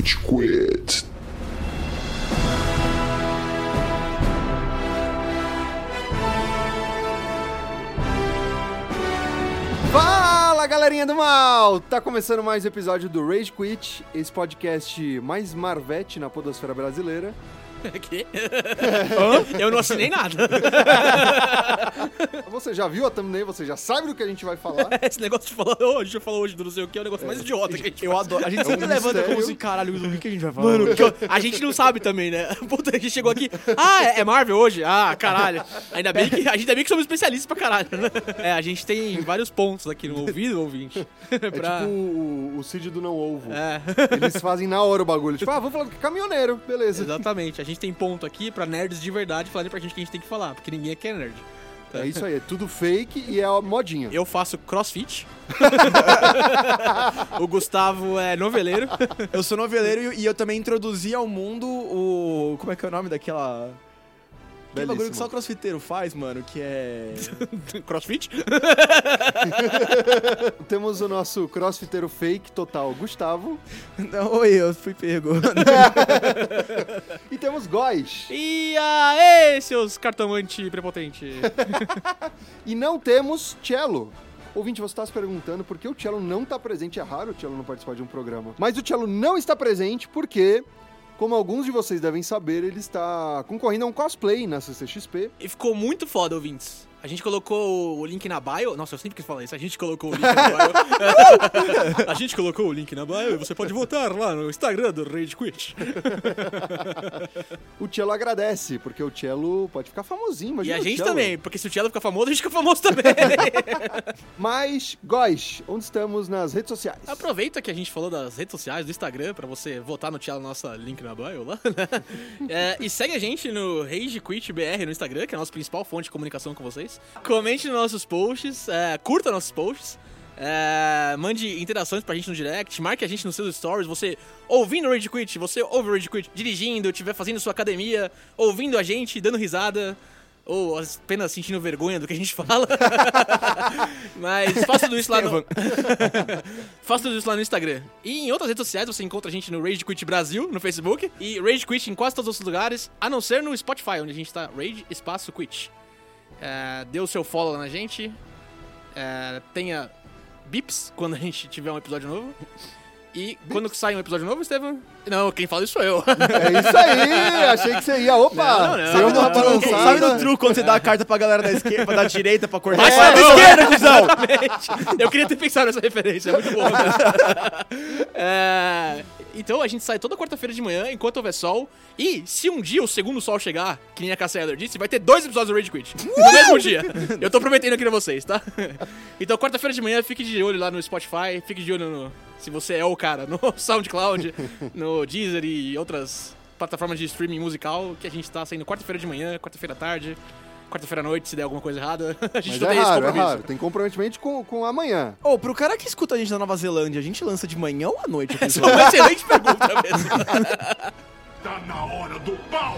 Rage Quit. Fala, galerinha do mal! Tá começando mais um episódio do Rage Quit, esse podcast mais marvete na podosfera brasileira. Que? Eu não assinei nada. Você já viu a thumbnail, você já sabe do que a gente vai falar. Esse negócio de falar hoje, a gente falou hoje do não sei o que, é o negócio mais idiota que a gente Eu adoro. A gente sempre levanta mistério. como assim, caralho, o que a gente vai falar? Mano, a gente não sabe também, né? Puta, a gente chegou aqui. É Marvel hoje? Ah, caralho. Ainda bem que somos especialistas pra caralho, né? A gente tem vários pontos aqui no ouvido, ouvinte. É tipo o Cid do Não Ovo. É, Eles fazem na hora o bagulho. Tipo, vamos falar do que caminhoneiro, beleza. exatamente. A gente tem ponto aqui pra nerds de verdade falarem pra gente que a gente tem que falar, porque ninguém aqui é nerd. É isso aí, é tudo fake e é a modinha. Eu faço crossfit. O Gustavo é noveleiro. Eu sou noveleiro e eu também introduzi ao mundo o... Como é que é o nome daquela... Que bagulho que só o crossfiteiro faz, mano, que é... Crossfit? Temos o nosso crossfiteiro fake total, Gustavo. Não, oi, eu fui pego. E temos Góis. E aê, seus cartomante prepotente. E não temos Cello. Ouvinte, você está se perguntando por que o Cello não está presente. É raro o Cello não participar de um programa. Mas o Cello não está presente porque, como alguns de vocês devem saber, ele está concorrendo a um cosplay na CCXP. E ficou muito foda, ouvintes. A gente colocou o link na bio. Nossa, eu sempre quis falar isso. A gente colocou o link na bio. A gente colocou o link na bio e você pode votar lá no Instagram do Rage Quit. O Cello agradece, porque o Cello pode ficar famosinho. E Imagina a o gente Cello. também, porque se o Cello ficar famoso, a gente fica famoso também. Mas, Góis, onde estamos nas redes sociais? Aproveita que a gente falou das redes sociais, do Instagram, pra você votar no Cello, nossa link na bio lá, né? E segue a gente no Rage Quit BR no Instagram, que é a nossa principal fonte de comunicação com vocês. Comente nos nossos posts, curta nossos posts, mande interações pra gente no direct, marque a gente nos seus stories, você ouvindo o Rage Quit, você ouve o Rage Quit dirigindo, estiver fazendo sua academia, ouvindo a gente, dando risada, ou apenas sentindo vergonha do que a gente fala. Mas faça tudo isso lá no... Faça tudo isso lá no Instagram. E em outras redes sociais você encontra a gente no Rage Quit Brasil, no Facebook, e Rage Quit em quase todos os outros lugares, a não ser no Spotify, onde a gente tá Rage Espaço Quit. Dê o seu follow na gente. Tenha bips quando a gente tiver um episódio novo. E quando sai um episódio novo, Estevam? Não, quem fala isso sou eu. É isso aí! Achei que você ia. Opa! Não. Deu uma balançada. Sabe do truque quando você dá a carta pra galera da esquerda, pra dar direita, pra cortar? Mas Vai não, pra esquerda, cuzão! Exatamente. Eu queria ter pensado nessa referência, é muito boa. Então a gente sai toda quarta-feira de manhã, enquanto houver sol. E se um dia o segundo sol chegar, que nem a Cassia Eller disse, vai ter 2 episódios do Rage Quit. No mesmo dia. Eu tô prometendo aqui pra vocês, tá? Então quarta-feira de manhã, fique de olho lá no Spotify, fique de olho no... Se você é o cara, no SoundCloud, no Deezer e outras plataformas de streaming musical, que a gente tá saindo quarta-feira de manhã, quarta-feira à tarde, quarta-feira à noite, se der alguma coisa errada. A gente Mas não é tem esse raro, é compromisso. raro. Tem comprometimento com amanhã. Ô, pro cara que escuta a gente da Nova Zelândia, a gente lança de manhã ou à noite? Essa é uma excelente pergunta mesmo. Tá na hora do pau!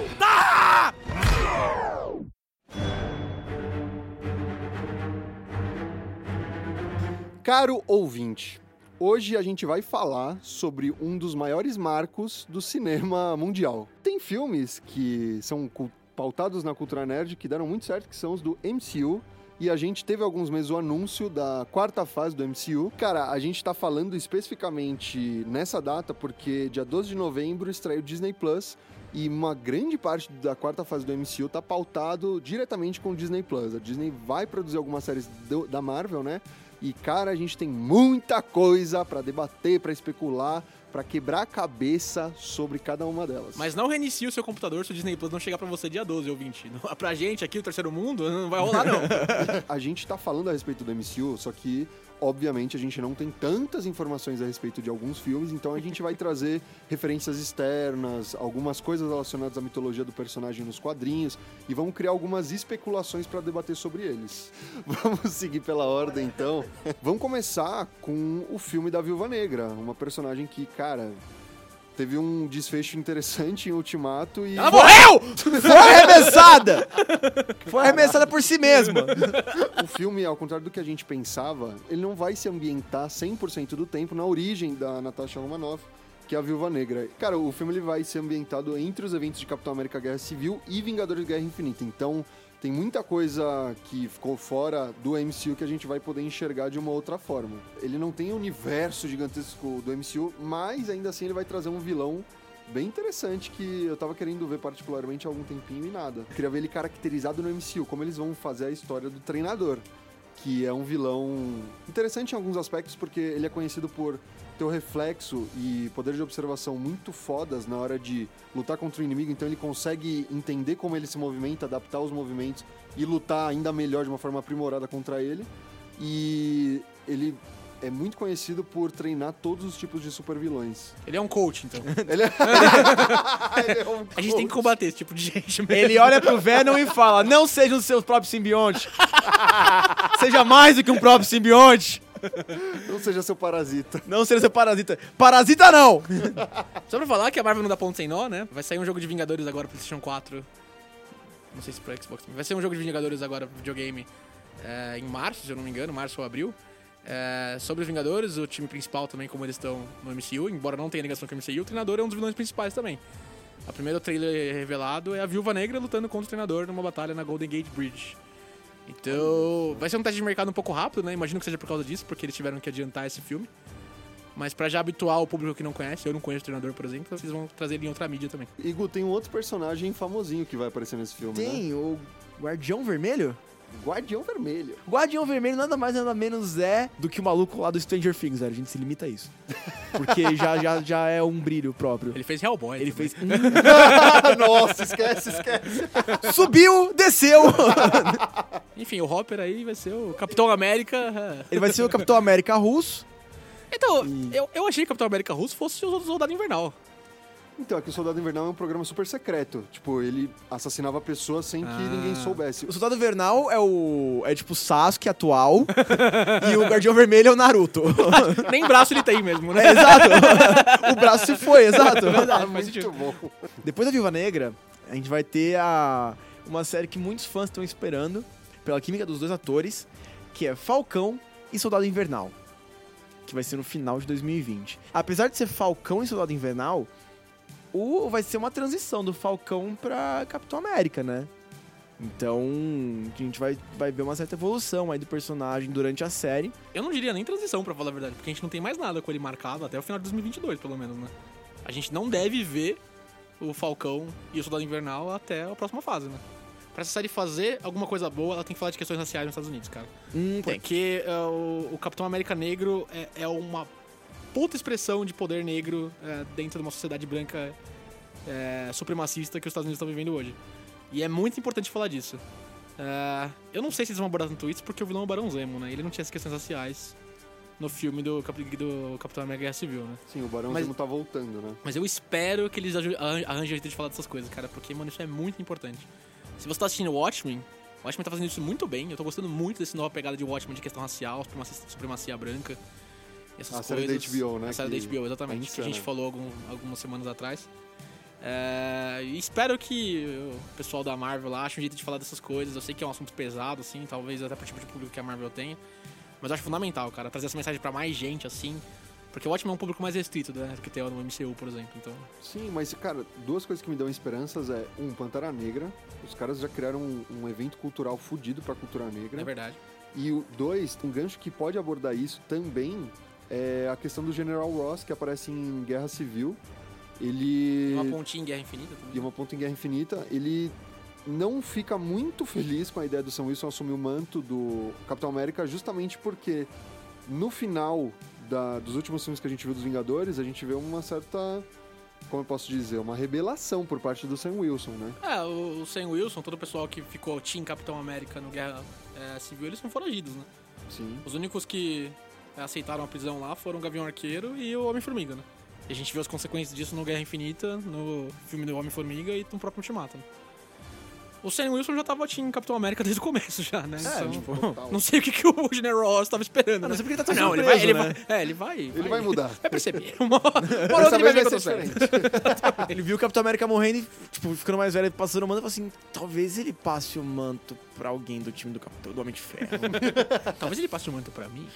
Caro ouvinte, hoje a gente vai falar sobre um dos maiores marcos do cinema mundial. Tem filmes que são pautados na cultura nerd que deram muito certo, que são os do MCU. E a gente teve alguns meses o anúncio da quarta fase do MCU. Cara, a gente tá falando especificamente nessa data porque dia 12 de novembro estreia o Disney Plus. E uma grande parte da quarta fase do MCU tá pautado diretamente com o Disney Plus. A Disney vai produzir algumas séries da Marvel, né? E, cara, a gente tem muita coisa pra debater, pra especular, pra quebrar a cabeça sobre cada uma delas. Mas não reinicie o seu computador se o Disney Plus não chegar pra você dia 12, ouvinte. Pra gente aqui, o terceiro mundo, não vai rolar, não. A gente tá falando a respeito do MCU, só que, obviamente, a gente não tem tantas informações a respeito de alguns filmes, então a gente vai trazer referências externas, algumas coisas relacionadas à mitologia do personagem nos quadrinhos, e vamos criar algumas especulações pra debater sobre eles. Vamos seguir pela ordem, então. Vamos começar com o filme da Viúva Negra, uma personagem que, cara, teve um desfecho interessante em Ultimato e... Ela morreu! Foi arremessada! Foi arremessada por si mesma. O filme, ao contrário do que a gente pensava, ele não vai se ambientar 100% do tempo na origem da Natasha Romanoff, que é a Viúva Negra. Cara, o filme ele vai ser ambientado entre os eventos de Capitão América Guerra Civil e Vingadores Guerra Infinita. Então, tem muita coisa que ficou fora do MCU que a gente vai poder enxergar de uma outra forma. Ele não tem um universo gigantesco do MCU, mas ainda assim ele vai trazer um vilão bem interessante que eu tava querendo ver particularmente há algum tempinho e nada. Eu queria ver ele caracterizado no MCU, como eles vão fazer a história do treinador, que é um vilão interessante em alguns aspectos, porque ele é conhecido por ter o reflexo e poder de observação muito fodas na hora de lutar contra o inimigo, então ele consegue entender como ele se movimenta, adaptar os movimentos e lutar ainda melhor de uma forma aprimorada contra ele. E ele é muito conhecido por treinar todos os tipos de super vilões. Ele é um coach, então. Ele é um A gente tem que combater esse tipo de gente mesmo. Ele olha pro Venom e fala, não seja o seu próprio simbionte. Seja mais do que um próprio simbionte. Não seja seu parasita. Não seja seu parasita. Parasita não! Só pra falar que a Marvel não dá ponto sem nó, né? Vai sair um jogo de Vingadores agora pro PlayStation 4. Não sei se pro Xbox. Vai ser um jogo de Vingadores agora pro videogame em março, se eu não me engano, março ou abril. Sobre os Vingadores, o time principal também, como eles estão no MCU, embora não tenha ligação com o MCU, o treinador é um dos vilões principais também. O primeiro trailer revelado é a Viúva Negra lutando contra o treinador numa batalha na Golden Gate Bridge. Então, vai ser um teste de mercado um pouco rápido, né? Imagino que seja por causa disso, porque eles tiveram que adiantar esse filme. Mas pra já habituar o público que não conhece, eu não conheço o treinador, por exemplo, vocês vão trazer ele em outra mídia também. Igor, tem um outro personagem famosinho que vai aparecer nesse filme, né? Tem o Guardião Vermelho? Guardião Vermelho. Guardião Vermelho nada mais nada menos é do que o maluco lá do Stranger Things, velho. A gente se limita a isso. Porque já é um brilho próprio. Ele fez Hellboy. Ele também. fez... Nossa, esquece. Subiu, desceu. Enfim, o Hopper aí vai ser o Capitão América. Ele vai ser o Capitão América russo. Então, eu achei que o Capitão América russo fosse o Soldado Invernal. Então, é que o Soldado Invernal é um programa super secreto. Tipo, ele assassinava pessoas sem que ninguém soubesse. O Soldado Invernal é tipo o Sasuke atual e o Guardião Vermelho é o Naruto. Nem braço ele tem mesmo, né? Exato. O braço se foi, exato. Verdade, faz Muito sentido. bom. Depois da Viúva Negra, a gente vai ter uma série que muitos fãs estão esperando, pela química dos dois atores, que é Falcão e Soldado Invernal, que vai ser no final de 2020. Apesar de ser Falcão e Soldado Invernal, vai ser uma transição do Falcão pra Capitão América, né? Então, a gente vai ver uma certa evolução aí do personagem durante a série. Eu não diria nem transição, pra falar a verdade, porque a gente não tem mais nada com ele marcado até o final de 2022, pelo menos, né? A gente não deve ver o Falcão e o Soldado Invernal até a próxima fase, né? Pra essa série fazer alguma coisa boa, ela tem que falar de questões raciais nos Estados Unidos, cara. Porque o Capitão América negro é uma puta expressão de poder negro dentro de uma sociedade branca supremacista que os Estados Unidos estão vivendo hoje. E é muito importante falar disso. Eu não sei se eles vão abordar tanto isso, porque o vilão é o Barão Zemo, né? Ele não tinha essas questões raciais no filme do Capitão América Guerra Civil, né? Sim, o Barão Zemo tá voltando, né? Mas eu espero que eles arranjem jeito de falar dessas coisas, cara, porque, mano, isso é muito importante. Se você tá assistindo Watchmen tá fazendo isso muito bem. Eu tô gostando muito dessa nova pegada de Watchmen, de questão racial, supremacia branca. Essas a série da HBO, né? A série da HBO, exatamente. Que a gente falou algumas semanas atrás. E espero que o pessoal da Marvel lá ache um jeito de falar dessas coisas. Eu sei que é um assunto pesado, assim, talvez até pro tipo de público que a Marvel tenha. Mas eu acho fundamental, cara, trazer essa mensagem pra mais gente, assim. Porque o Watchmen é um público mais restrito, né? Do que tem no MCU, por exemplo. Então... Sim, mas, cara, duas coisas que me dão esperanças é, Pantera Negra. Os caras já criaram um evento cultural fudido pra cultura negra. É verdade. E dois, um gancho que pode abordar isso também é a questão do General Ross, que aparece em Guerra Civil. Ele... E uma pontinha em Guerra Infinita também. E uma ponta em Guerra Infinita. Ele não fica muito feliz com a ideia do Sam Wilson assumir o manto do Capitão América, justamente porque no final dos últimos filmes que a gente viu dos Vingadores, a gente vê uma certa, como eu posso dizer, uma rebelação por parte do Sam Wilson, né? O Sam Wilson, todo o pessoal que ficou Team Capitão América no Guerra Civil, eles são foragidos, né? Sim. Os únicos que aceitaram a prisão lá foram o Gavião Arqueiro e o Homem-Formiga, né? E a gente viu as consequências disso no Guerra Infinita, no filme do Homem-Formiga e no próprio Ultimato, né? O Sam Wilson já tava em Capitão América desde o começo já, né? Então, tipo, total. não sei o que o General Ross tava esperando. Não sei porque ele tá tão Não, surpreso, ele né? vai. Ele vai. Ele vai mudar. Vai perceber. Uma hora Dessa ele vai vez ver que eu vai tô ser certo. diferente. Ele viu o Capitão América morrendo e, tipo, ficando mais velho, passando o manto e falou assim, talvez ele passe o manto pra alguém do time do Homem de Ferro. Talvez ele passe o manto pra mim.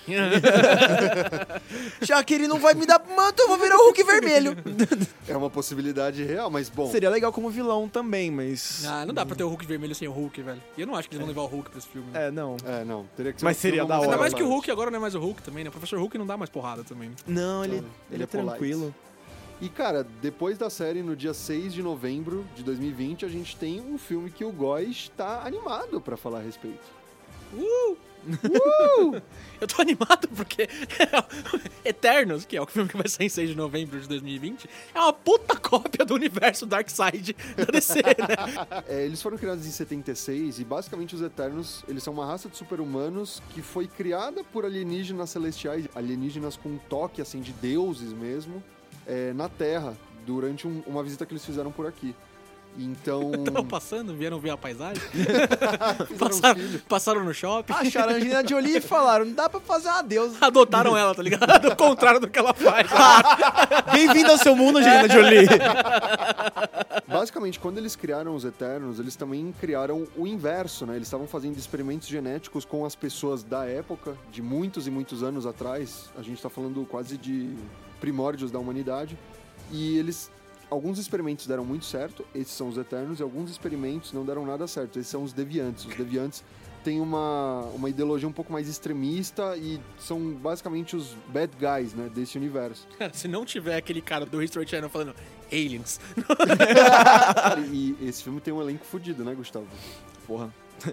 Já que ele não vai me dar manto, eu vou virar o Hulk vermelho. É uma possibilidade real, mas bom. Seria legal como vilão também, mas... Ah, não dá pra ter o Hulk vermelho sem o Hulk, velho. E eu não acho que eles vão levar o Hulk pra esse filme. É, não. É, não. Teria que ser Mas um seria filme da hora. Ainda mais mais que o light. Hulk agora não é mais o Hulk também, né? O Professor Hulk não dá mais porrada também. Não, ele Ele é é polite. tranquilo. E, cara, depois da série, no dia 6 de novembro de 2020, a gente tem um filme que o Góis tá animado pra falar a respeito. Eu tô animado porque Eternos, que é o filme que vai sair em 6 de novembro de 2020, é uma puta cópia do universo Darkseid da DC, né? Eles foram criados em 76 e, basicamente, os Eternos, eles são uma raça de super-humanos que foi criada por alienígenas celestiais, alienígenas com um toque, assim, de deuses mesmo, na Terra, durante uma visita que eles fizeram por aqui. Então... Estavam passando, vieram ver a paisagem, fizeram filho. passaram no shopping, Acharam a Angelina Jolie e falaram, não dá pra fazer uma deusa. adotaram ela, tá ligado? Ao contrário do que ela faz. Bem-vindo ao seu mundo, Angelina Jolie. Basicamente, quando eles criaram os Eternos, eles também criaram o inverso, né? Eles estavam fazendo experimentos genéticos com as pessoas da época, de muitos e muitos anos atrás. A gente tá falando quase de primórdios da humanidade. E alguns experimentos deram muito certo, esses são os Eternos, e alguns experimentos não deram nada certo, esses são os Deviantes. Os Deviantes têm uma ideologia um pouco mais extremista e são basicamente os bad guys, né, desse universo. Cara, se não tiver aquele cara do History Channel falando aliens, Cara, e esse filme tem um elenco fudido, né, Gustavo? Porra.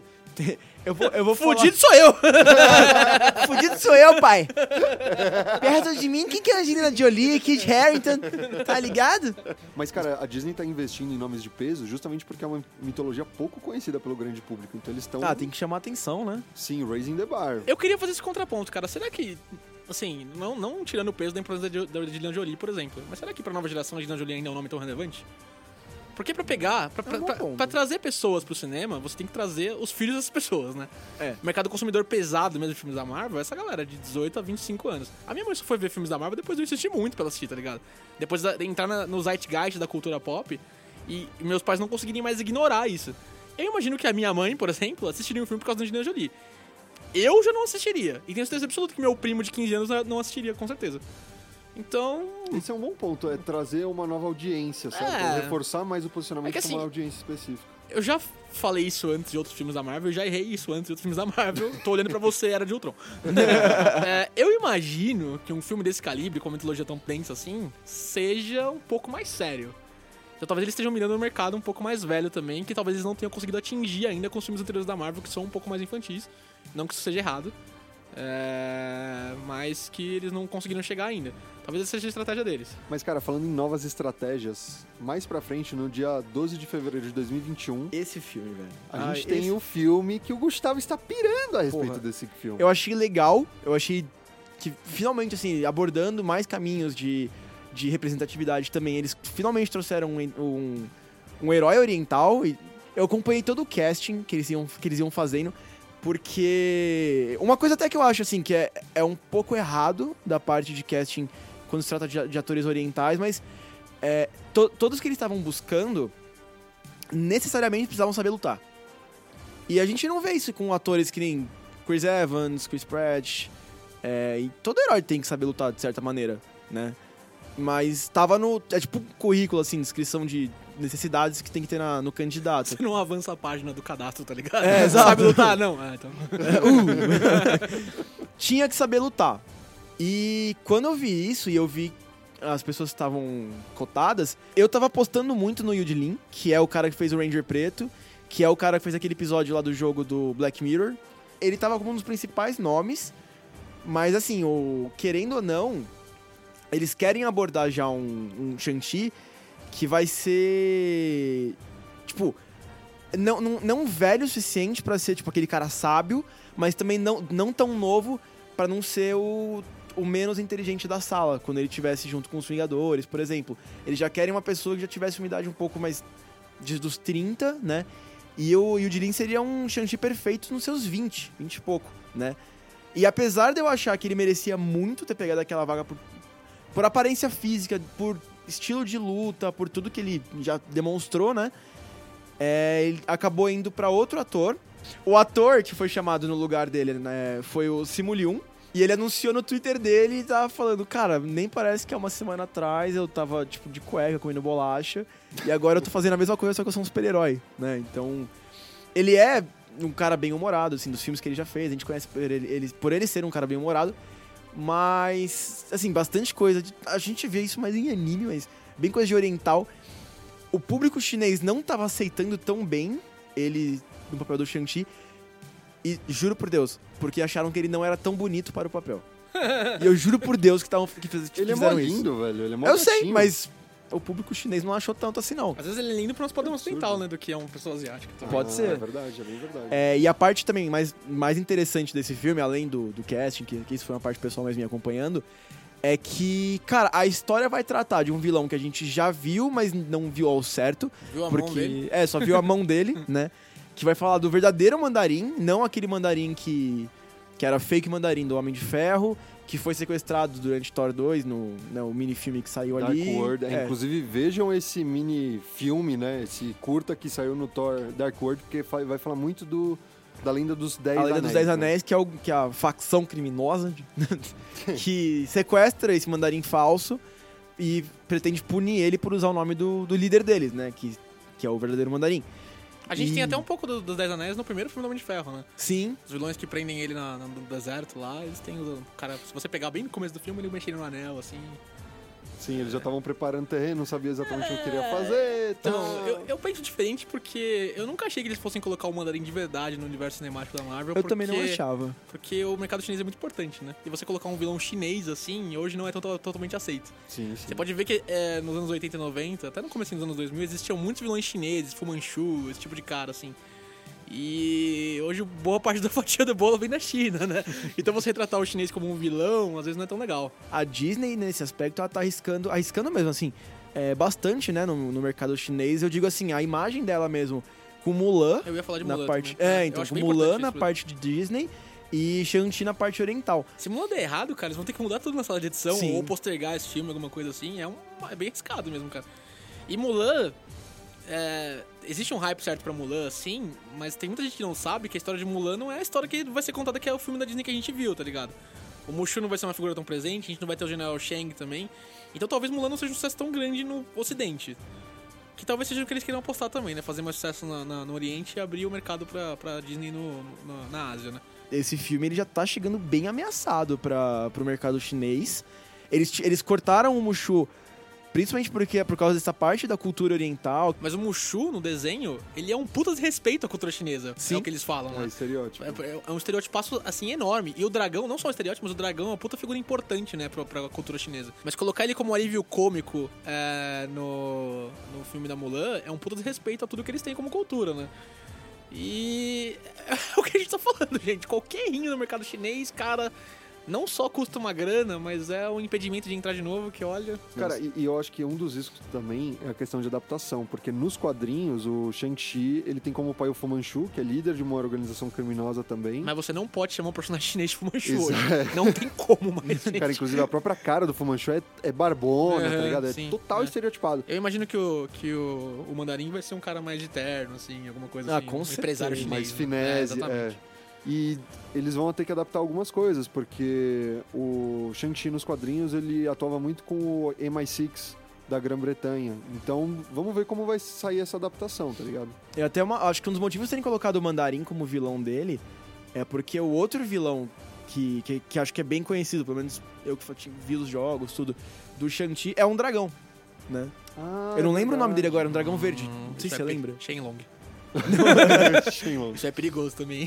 Eu vou fudido sou eu! falar... Fudido sou eu, pai. Perto de mim, quem que é a Angelina Jolie, Kit Harington? Tá ligado? Mas, cara, a Disney tá investindo em nomes de peso justamente porque é uma mitologia pouco conhecida pelo grande público. Então eles estão, Tem que chamar atenção, né? sim, raising the bar. Eu queria fazer esse contraponto, cara. Será que, assim, não tirando o peso da importância da Angelina Jolie, por exemplo, mas será que pra nova geração a Angelina Jolie ainda é um nome tão relevante? Porque pra pegar, pra trazer pessoas pro cinema, você tem que trazer os filhos dessas pessoas, né? O mercado consumidor pesado mesmo de filmes da Marvel é essa galera de 18 a 25 anos. A minha mãe só foi ver filmes da Marvel depois eu insisti muito pra ela assistir, tá ligado? Depois de entrar no zeitgeist da cultura pop e meus pais não conseguirem mais ignorar isso. Eu imagino que a minha mãe, por exemplo, assistiria um filme por causa da Angelina Jolie. Eu já não assistiria. E tenho certeza absoluta que meu primo de 15 anos não assistiria, com certeza. Então... Esse é um bom ponto, é trazer uma nova audiência, certo? Reforçar mais o posicionamento que, com assim, uma audiência específica. Eu já falei isso antes de outros filmes da Marvel, já errei isso antes de outros filmes da Marvel. Tô olhando pra você, Era de Ultron. Eu imagino que um filme desse calibre, com uma mitologia tão densa assim, seja um pouco mais sério. Então talvez eles estejam mirando no mercado um pouco mais velho também, que talvez eles não tenham conseguido atingir ainda com os filmes anteriores da Marvel, que são um pouco mais infantis. Não que isso seja errado, mas que eles não conseguiram chegar ainda. Talvez essa seja a estratégia deles. Mas, cara, falando em novas estratégias, mais pra frente, no dia 12 de fevereiro de 2021, Esse filme, velho. a gente tem o filme que o Gustavo está pirando a respeito Porra. desse filme. Eu achei legal, eu achei que finalmente, assim, abordando mais caminhos de representatividade também, eles finalmente trouxeram um herói oriental e eu acompanhei todo o casting que eles iam fazendo, porque uma coisa até que eu acho, assim, que é um pouco errado da parte de casting quando se trata de atores orientais, mas todos que eles estavam buscando necessariamente precisavam saber lutar. E a gente não vê isso com atores que nem Chris Evans, Chris Pratt, e todo herói tem que saber lutar de certa maneira, né? Mas tava é tipo um currículo, assim, descrição de necessidades que tem que ter no candidato. Você não avança a página do cadastro, tá ligado? Exato. Sabe lutar? Não. Então... Tinha que saber lutar. E quando eu vi isso e eu vi as pessoas que estavam cotadas, eu tava apostando muito no Yudlin, que é o cara que fez o Ranger Preto, que é o cara que fez aquele episódio lá do jogo do Black Mirror. Ele tava como um dos principais nomes, mas assim, querendo ou não, eles querem abordar já um Shang-Chi que vai ser, tipo, não velho o suficiente pra ser, tipo, aquele cara sábio, mas também não tão novo pra não ser o menos inteligente da sala, quando ele estivesse junto com os Vingadores, por exemplo. Eles já querem uma pessoa que já tivesse uma idade um pouco mais dos 30, né? E o Jilin seria um Shang-Chi perfeito nos seus 20 e pouco, né? E apesar de eu achar que ele merecia muito ter pegado aquela vaga por aparência física, por estilo de luta, por tudo que ele já demonstrou, né? Ele acabou indo pra outro ator. O ator que foi chamado no lugar dele, né, foi o Simu Liu. E ele anunciou no Twitter dele e tava falando, cara, nem parece que há uma semana atrás eu tava, tipo, de cueca, comendo bolacha. E agora eu tô fazendo a mesma coisa, só que eu sou um super-herói, né? Então, ele é um cara bem-humorado, assim, dos filmes que ele já fez. A gente conhece por ele ser um cara bem-humorado. Mas, assim, bastante coisa. A gente vê isso mais em anime, mas bem coisa de oriental. O público chinês não tava aceitando tão bem ele no papel do Shang-Chi. E juro por Deus, porque acharam que ele não era tão bonito para o papel. E eu juro por Deus que fizeram isso. Ele é mó lindo, velho. Ele é mó Eu sei, gatinho. mas o público chinês não achou tanto assim, não. Às vezes ele é lindo pro nosso padrão ocidental, né? Do que é uma pessoa asiática. Também. Pode ser. É verdade, é bem verdade. E a parte também mais interessante desse filme, além do casting, que isso foi uma parte pessoal mais me acompanhando, é que, cara, a história vai tratar de um vilão que a gente já viu, mas não viu ao certo. Viu a mão dele? Só viu a mão dele, né? Que vai falar do verdadeiro mandarim, não aquele mandarim que era fake mandarim do Homem de Ferro, que foi sequestrado durante Thor 2, no mini-filme que saiu Dark ali. World. Inclusive, vejam esse mini-filme, né? Esse curta que saiu no Thor Dark World, porque vai falar muito da lenda dos 10 Anéis. A lenda dos 10 Anéis, né? que é a facção criminosa que sequestra esse mandarim falso e pretende punir ele por usar o nome do líder deles, né? Que é o verdadeiro mandarim. A gente tem até um pouco dos 10 Anéis no primeiro filme do Homem de Ferro, né? Sim. Os vilões que prendem ele no deserto lá, eles têm o cara... Se você pegar bem no começo do filme, ele mexendo no anel, assim... Sim, eles já estavam preparando o terreno, não sabia exatamente o que queria fazer. Então, eu penso diferente porque eu nunca achei que eles fossem colocar o mandarim de verdade no universo cinemático da Marvel. Eu também não achava. Porque o mercado chinês é muito importante, né? E você colocar um vilão chinês, assim, hoje não é totalmente aceito. Sim. Você pode ver que nos anos 80 e 90, até no começo dos anos 2000, existiam muitos vilões chineses, Fu Manchu, esse tipo de cara, assim. E hoje boa parte da fatia do bolo vem da China, né? Então você retratar o chinês como um vilão, às vezes não é tão legal. A Disney, nesse aspecto, ela tá arriscando mesmo, assim, bastante, né, no mercado chinês. Eu digo assim, a imagem dela mesmo, com Mulan... Eu ia falar de na Mulan parte, também. então, com Mulan na parte de Disney e Shang-Chi na parte oriental. Se Mulan der errado, cara, eles vão ter que mudar tudo na sala de edição. Sim. Ou postergar esse filme, alguma coisa assim. É bem arriscado mesmo, cara. E Mulan... existe um hype certo pra Mulan, sim, mas tem muita gente que não sabe que a história de Mulan não é a história que vai ser contada, que é o filme da Disney que a gente viu, tá ligado? O Mushu não vai ser uma figura tão presente, a gente não vai ter o General Shang também. Então talvez Mulan não seja um sucesso tão grande no Ocidente. Que talvez seja o que eles queiram apostar também, né? Fazer mais sucesso no Oriente e abrir o mercado pra Disney na Ásia, né? Esse filme ele já tá chegando bem ameaçado pro mercado chinês. Eles cortaram o Mushu... Principalmente porque é por causa dessa parte da cultura oriental. Mas o Mushu, no desenho, ele é um puta desrespeito à cultura chinesa. Sim. É o que eles falam, né? Estereótipo. É um estereotipaço, assim, enorme. E o dragão, não só um estereótipo, mas o dragão é uma puta figura importante, né, pra cultura chinesa. Mas colocar ele como alívio cômico no filme da Mulan é um puta desrespeito a tudo que eles têm como cultura, né? E é o que a gente tá falando, gente. Qualquer rinho no mercado chinês, cara... Não só custa uma grana, mas é um impedimento de entrar de novo, que olha... Cara, e eu acho que um dos riscos também é a questão de adaptação, porque nos quadrinhos, o Shang-Chi, ele tem como pai o Fu Manchu, que é líder de uma organização criminosa também. Mas você não pode chamar um personagem chinês de Fu Manchu Isso, hoje. Não tem como mais, gente. Cara, inclusive a própria cara do Fu Manchu é barbona, tá ligado? É sim, total estereotipado. Eu imagino que o mandarim vai ser um cara mais de terno, assim, alguma coisa assim. Com um certeza. empresário chinês. Mais finese, exatamente. E eles vão ter que adaptar algumas coisas, porque o Shang-Chi nos quadrinhos, ele atuava muito com o MI6 da Grã-Bretanha. Então, vamos ver como vai sair essa adaptação, tá ligado? E até acho que um dos motivos de terem colocado o Mandarim como vilão dele é porque o outro vilão que acho que é bem conhecido, pelo menos eu que vi os jogos, tudo, do Shang-Chi, é um dragão, né? Eu não lembro o nome dele agora, um dragão verde. Não sei se você lembra. Shenlong. Shenlong. Isso é perigoso também.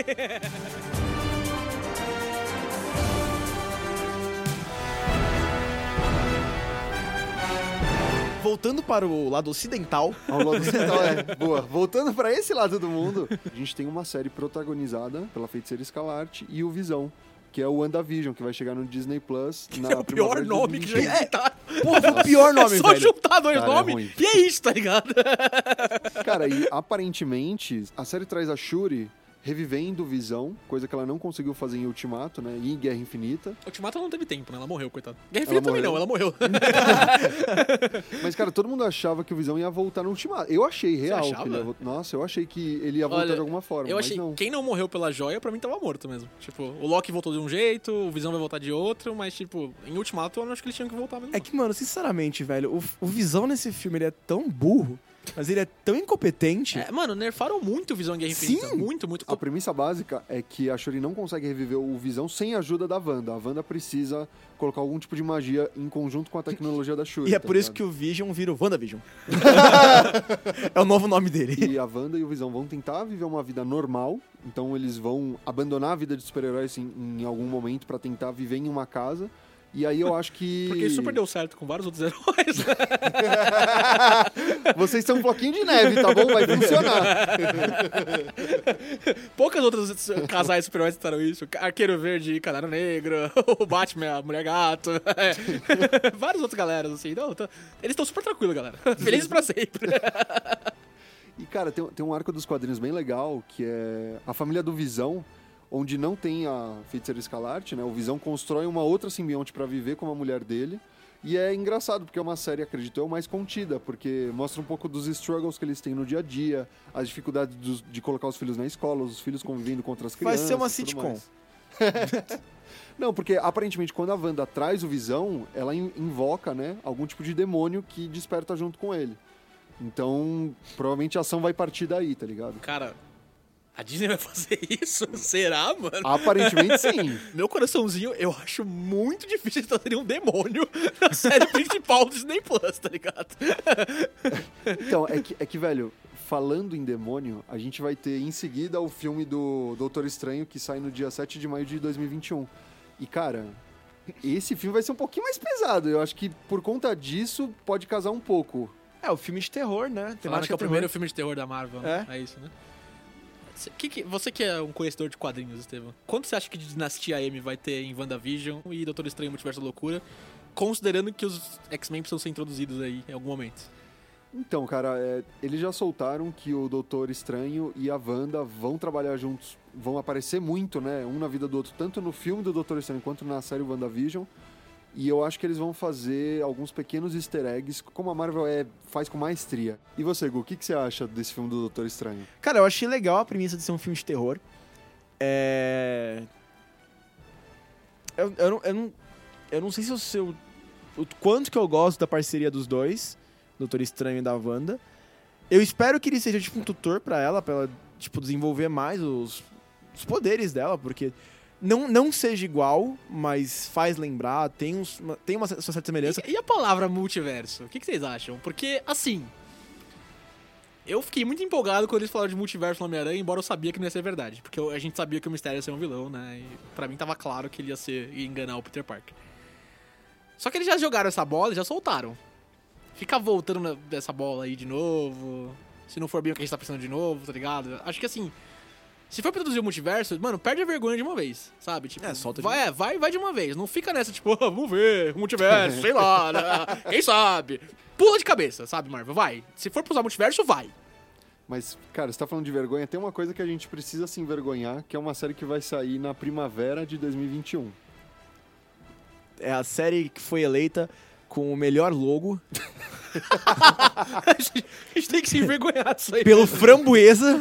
Voltando para o lado ocidental. Ao lado ocidental, boa. Voltando pra esse lado do mundo, a gente tem uma série protagonizada pela Feiticeira Escarlate e o Visão. que é o WandaVision, que vai chegar no Disney Plus. É o pior nome que já inventaram. Porra, foi o pior nome, É só velho. juntar dois Cara, é nomes ruim. e é isso, tá ligado? Cara, e aparentemente a série traz a Shuri revivendo Visão, coisa que ela não conseguiu fazer em Ultimato, né? E em Guerra Infinita. Ultimato não teve tempo, né? Ela morreu, coitada. Guerra Ela Infinita também morreu. não, ela morreu. Mas, cara, todo mundo achava que o Visão ia voltar no Ultimato. Eu achei real. Que achava? ele ia Nossa, eu achei que ele ia voltar Olha, de alguma forma, Eu mas achei não. quem não morreu pela joia, pra mim tava morto mesmo. Tipo, o Loki voltou de um jeito, o Visão vai voltar de outro, mas, tipo, em Ultimato eu não acho que eles tinham que voltar mesmo. É que, mano, sinceramente, velho, o Visão nesse filme, ele é tão burro, mas ele é tão incompetente. Mano, nerfaram muito o Visão em Guerra Infinita. Sim. Muito, muito. A premissa básica é que a Shuri não consegue reviver o Visão sem a ajuda da Wanda. A Wanda precisa colocar algum tipo de magia em conjunto com a tecnologia da Shuri. E é tá por isso ligado? que o Vision vira o WandaVision. É o novo nome dele. E a Wanda e o Visão vão tentar viver uma vida normal, então eles vão abandonar a vida de super-heróis em algum momento pra tentar viver em uma casa. E aí eu acho que... Porque super deu certo com vários outros heróis. Vocês são um floquinho de neve, tá bom? Vai funcionar. Poucas outras casais super-heróis tentaram isso. Arqueiro Verde e Canário Negro, o Batman, a Mulher Gato. Várias outras galeras, assim. Não, eles estão super tranquilos, galera. Felizes pra sempre. E, cara, tem um arco dos quadrinhos bem legal, que é a família do Visão, onde não tem a Feiticeira Escarlate, né? O Visão constrói uma outra simbionte pra viver como a mulher dele. E é engraçado, porque é uma série, acredito eu, mais contida, porque mostra um pouco dos struggles que eles têm no dia a dia, as dificuldades de colocar os filhos na escola, os filhos convivendo com outras Vai crianças. ser uma e tudo sitcom. mais. Não, porque aparentemente quando a Wanda traz o Visão, ela invoca, né, algum tipo de demônio que desperta junto com ele. Então, provavelmente a ação vai partir daí, tá ligado? Cara, a Disney vai fazer isso? Será, mano? Aparentemente sim. Meu coraçãozinho, eu acho muito difícil eles trazerem um demônio na série principal do Disney Plus, tá ligado? Então, é que, velho, falando em demônio, a gente vai ter em seguida o filme do Doutor Estranho, que sai no dia 7 de maio de 2021. E, cara, esse filme vai ser um pouquinho mais pesado. Eu acho que por conta disso pode casar um pouco. É, o filme de terror, né? Falaram Temática que é o terror. primeiro filme de terror da Marvel, né? É. É isso, né? Você que é um conhecedor de quadrinhos, Estevam, quanto você acha que de Dinastia M vai ter em WandaVision e Doutor Estranho Multiverso da Loucura, considerando que os X-Men precisam ser introduzidos aí em algum momento? Então, cara, eles já soltaram que o Doutor Estranho e a Wanda vão trabalhar juntos, vão aparecer muito, né? Um na vida do outro, tanto no filme do Doutor Estranho quanto na série WandaVision. E eu acho que eles vão fazer alguns pequenos easter eggs, como a Marvel faz com maestria. E você, Gu, o que você acha desse filme do Doutor Estranho? Cara, eu achei legal a premissa de ser um filme de terror. Eu não sei se eu sei o quanto que eu gosto da parceria dos dois, Doutor Estranho e da Wanda. Eu espero que ele seja tipo um tutor pra ela tipo, desenvolver mais os poderes dela, porque não seja igual, mas faz lembrar, tem uma certa semelhança. E a palavra multiverso? O que vocês acham? Porque, assim, eu fiquei muito empolgado quando eles falaram de multiverso no Homem-Aranha, embora eu sabia que não ia ser verdade. Porque a gente sabia que o Mistério ia ser um vilão, né? E pra mim tava claro que ele ia enganar o Peter Parker. Só que eles já jogaram essa bola e já soltaram. Ficar voltando dessa bola aí de novo, se não for bem o que a gente tá pensando de novo, tá ligado? Acho que assim, se for pra introduzir o multiverso, mano, perde a vergonha de uma vez, sabe? Tipo, solta de vai de uma vez. Não fica nessa, tipo, vamos ver, multiverso, sei lá, né? Quem sabe? Pula de cabeça, sabe, Marvel? Vai. Se for pra usar multiverso, vai. Mas, cara, você tá falando de vergonha, tem uma coisa que a gente precisa se envergonhar, que é uma série que vai sair na primavera de 2021. É a série que foi eleita com o melhor logo A gente tem que se envergonhar disso aí. pelo Framboesa.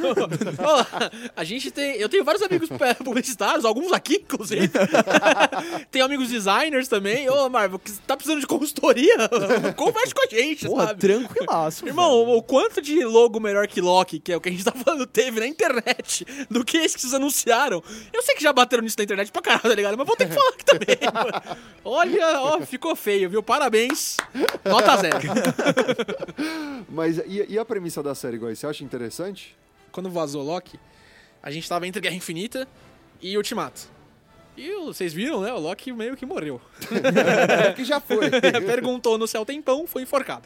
Eu tenho vários amigos publicitários, alguns aqui, inclusive. Tenho amigos designers também. Ô, Marvel, você tá precisando de consultoria? Converse com a gente, Porra, sabe? tranquilaço. Irmão, velho. o quanto de logo melhor que Loki, que é o que a gente tá falando, teve na internet, do que esse que vocês anunciaram. Eu sei que já bateram nisso na internet pra caralho, tá ligado? Mas vou ter que falar aqui também, mano. Olha, ó, ficou feio, viu? Parabéns. Nota 0. Mas e a premissa da série, Góis? Você acha interessante? Quando vazou Loki, a gente tava entre Guerra Infinita e Ultimato. E vocês viram, né? O Loki meio que morreu. Que já foi. Perguntou no céu tempão, foi enforcado.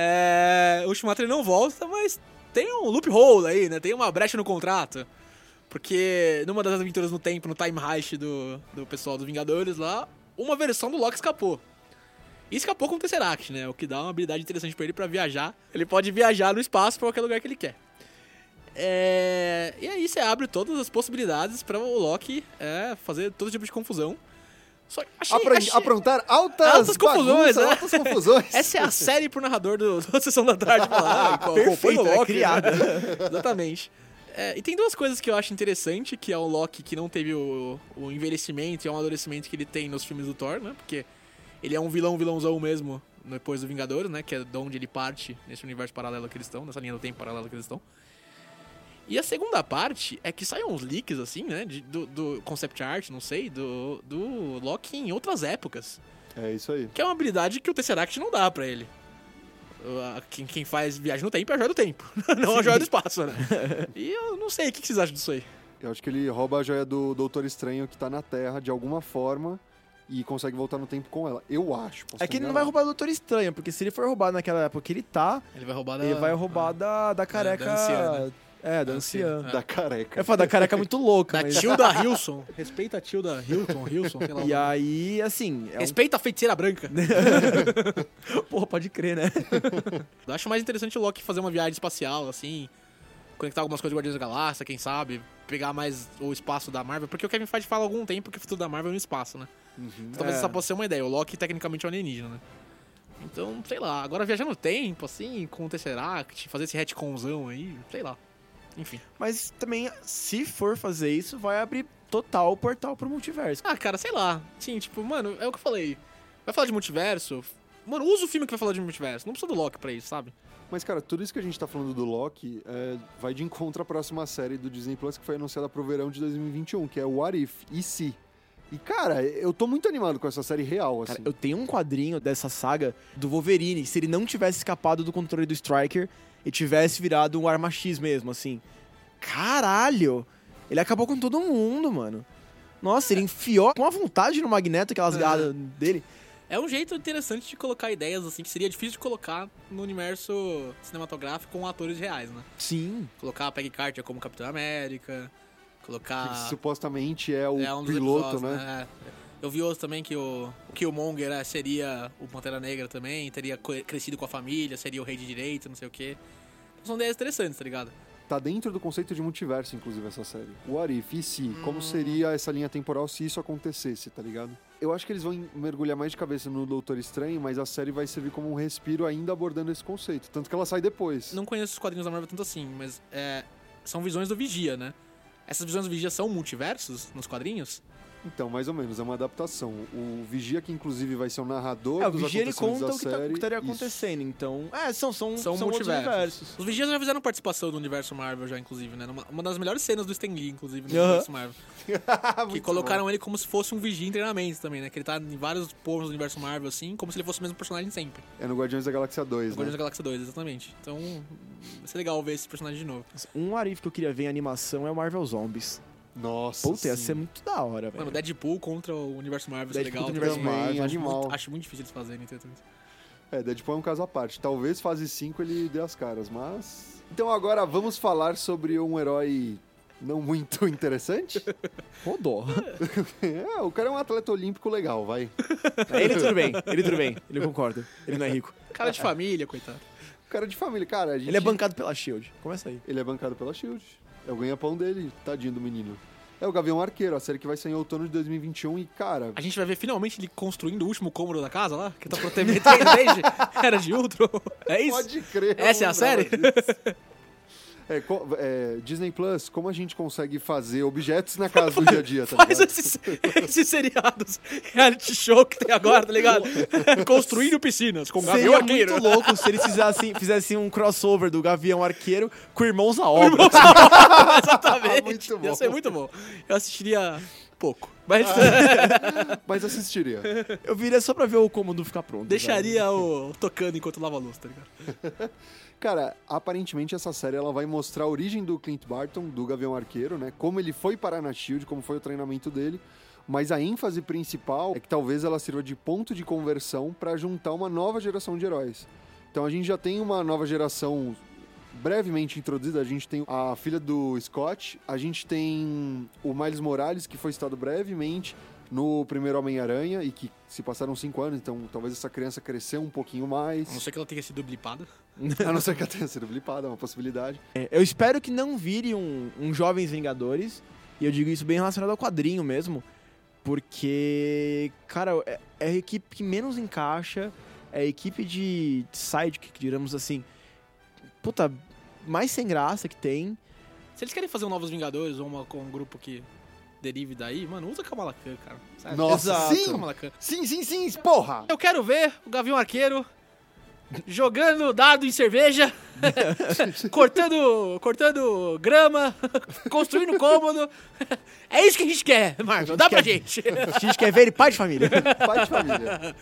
O Ultimato ele não volta, mas tem um loophole aí, né? Tem uma brecha no contrato. Porque numa das aventuras no tempo, no time heist do pessoal dos Vingadores lá, uma versão do Loki escapou. E escapou com o Tesseract, né? O que dá uma habilidade interessante pra ele pra viajar. Ele pode viajar no espaço pra qualquer lugar que ele quer. E aí você abre todas as possibilidades pra o Loki fazer todo tipo de confusão. Só que Aprontar altas confusões, bagunças, altas confusões. Essa é a série pro narrador do Sessão da Tarde falar. Perfeito, Loki, criada. Exatamente. E tem duas coisas que eu acho interessante, que é o Loki que não teve o envelhecimento e o amadurecimento que ele tem nos filmes do Thor, né? Porque ele é um vilãozão mesmo depois do Vingadores, né? Que é de onde ele parte nesse universo paralelo que eles estão, nessa linha do tempo paralela que eles estão. E a segunda parte é que saem uns leaks, assim, né? Do concept art, não sei, do Loki em outras épocas. É isso aí. Que é uma habilidade que o Tesseract não dá pra ele. Quem faz viagem no tempo é a joia do tempo, não a joia do espaço, né? E eu não sei, o que vocês acham disso aí? Eu acho que ele rouba a joia do Doutor Estranho que tá na Terra de alguma forma e consegue voltar no tempo com ela. Eu acho. É que ele não vai roubar o Doutor Estranho, porque se ele for roubar naquela época que ele tá, ele vai roubar da careca... Da anciã, né? Da anciã. Da careca. Eu falo da careca muito louca. Da mas... Tilda Hilson. Respeita a Tilda Hilson, sei lá. E aí, assim... Respeita a feiticeira branca. Porra, pode crer, né? Eu acho mais interessante o Loki fazer uma viagem espacial, assim, conectar algumas coisas de Guardiões da Galáxia, quem sabe, pegar mais o espaço da Marvel, porque o Kevin Feige fala há algum tempo que o futuro da Marvel é no espaço, né? Talvez essa possa ser uma ideia. O Loki tecnicamente é um alienígena, né? Então, sei lá, agora viajar no tempo, assim, com o Tesseract, fazer esse retconzão aí, sei lá. Enfim. Mas também, se for fazer isso, vai abrir total o portal pro multiverso. Ah, cara, sei lá. Sim, tipo, mano, é o que eu falei. Vai falar de multiverso? Mano, usa o filme que vai falar de multiverso. Não precisa do Loki pra isso, sabe? Mas, cara, tudo isso que a gente tá falando do Loki vai de encontro à próxima série do Disney Plus que foi anunciada pro verão de 2021, que é o What If? E se? E, cara, eu tô muito animado com essa série real, assim. Cara, eu tenho um quadrinho dessa saga do Wolverine, se ele não tivesse escapado do controle do Stryker e tivesse virado um Arma X mesmo, assim. Caralho! Ele acabou com todo mundo, mano. Nossa, ele enfiou com a vontade no Magneto aquelas garras dele. É um jeito interessante de colocar ideias, assim, que seria difícil de colocar no universo cinematográfico com atores reais, né? Sim. Colocar a Peggy Carter como Capitão América, colocar... Que supostamente é o um dos piloto, episódios, né? Eu vi outro também que o Killmonger seria o Pantera Negra também, teria crescido com a família, seria o rei de direita, não sei o quê. Então são ideias interessantes, tá ligado? Tá dentro do conceito de multiverso, inclusive, essa série. O What If? E se? Como seria essa linha temporal se isso acontecesse, tá ligado? Eu acho que eles vão mergulhar mais de cabeça no Doutor Estranho, mas a série vai servir como um respiro ainda abordando esse conceito. Tanto que ela sai depois. Não conheço os quadrinhos da Marvel tanto assim, mas são visões do Vigia, né? Essas visões do Vigia são multiversos nos quadrinhos? Então, mais ou menos, é uma adaptação. O Vigia, que inclusive vai ser o narrador O dos Vigia, ele acontecimentos conta da o que série. estaria Isso. acontecendo, então... são Outros multiversos. Os Vigias já fizeram participação do universo Marvel já, inclusive, né? Uma das melhores cenas do Stan Lee, inclusive, no universo Marvel. Que Muito colocaram bom. ele como se fosse um Vigia em treinamento também, né? Que ele tá em vários povos do universo Marvel, assim, como se ele fosse o mesmo personagem sempre. É no Guardiões da Galáxia 2, Guardiões né? da Galáxia 2, exatamente. Então, vai ser legal ver esse personagem de novo. Um Arif que eu queria ver em animação é o Marvel Zombies. Nossa, Puta, ia sim. ser muito da hora, velho. Mano, Deadpool contra o universo Marvel, isso é Deadpool legal. do universo também. Marvel, Acho animal. acho muito difícil eles fazerem, entretanto. Deadpool é um caso à parte. Talvez fase 5 ele dê as caras, mas... Então agora vamos falar sobre um herói não muito interessante. Rodou. O cara é um atleta olímpico legal, vai. Ele tudo bem. Ele concorda. Ele não é rico. Cara de família, coitado. O cara de família, cara, a gente... Ele é bancado pela SHIELD. Começa aí. Ele é bancado pela SHIELD. É o ganha-pão dele, tadinho do menino. É o Gavião Arqueiro, a série que vai sair em outono de 2021 e, cara... A gente vai ver finalmente ele construindo o último cômodo da casa lá, que tá prometendo desde Era de Ultron. É isso? Pode crer. Essa é a série? Disney Plus, como a gente consegue fazer objetos na casa do dia a dia, tá Faz ligado? esses seriados, reality show que tem agora, tá ligado? Construindo piscinas com Gavião Seria Arqueiro. muito louco se eles fizessem um crossover do Gavião Arqueiro com Irmãos à Obra. Exatamente. Muito bom. Ia ser muito bom. Eu assistiria pouco, mas Mas assistiria. Eu viria só pra ver o cômodo ficar pronto. deixaria o tocando enquanto lava a louça, tá ligado? Cara, aparentemente essa série ela vai mostrar a origem do Clint Barton, do Gavião Arqueiro, né? Como ele foi parar na SHIELD, como foi o treinamento dele. Mas a ênfase principal é que talvez ela sirva de ponto de conversão pra juntar uma nova geração de heróis. Então a gente já tem uma nova geração brevemente introduzida. A gente tem a filha do Scott, a gente tem o Miles Morales, que foi citado brevemente no primeiro Homem-Aranha e que se passaram 5 anos, então talvez essa criança cresceu um pouquinho mais. A não ser que ela tenha sido blipada. A não ser que ela tenha sido blipada, é uma possibilidade. Eu espero que não vire um Jovens Vingadores, e eu digo isso bem relacionado ao quadrinho mesmo, porque, cara, é a equipe que menos encaixa, é a equipe de sidekick, digamos assim, puta, mais sem graça que tem. Se eles querem fazer um Novos Vingadores ou com um grupo que derive daí, mano, usa Kamala Khan, cara. Sabe? Nossa, Exato. sim! Kamala Khan. Sim, porra! Eu quero ver o Gavião Arqueiro jogando dado em cerveja, cortando grama, construindo cômodo. É isso que a gente quer, Marvel. Dá pra gente. A gente quer ver ele pai de família. Pai de família.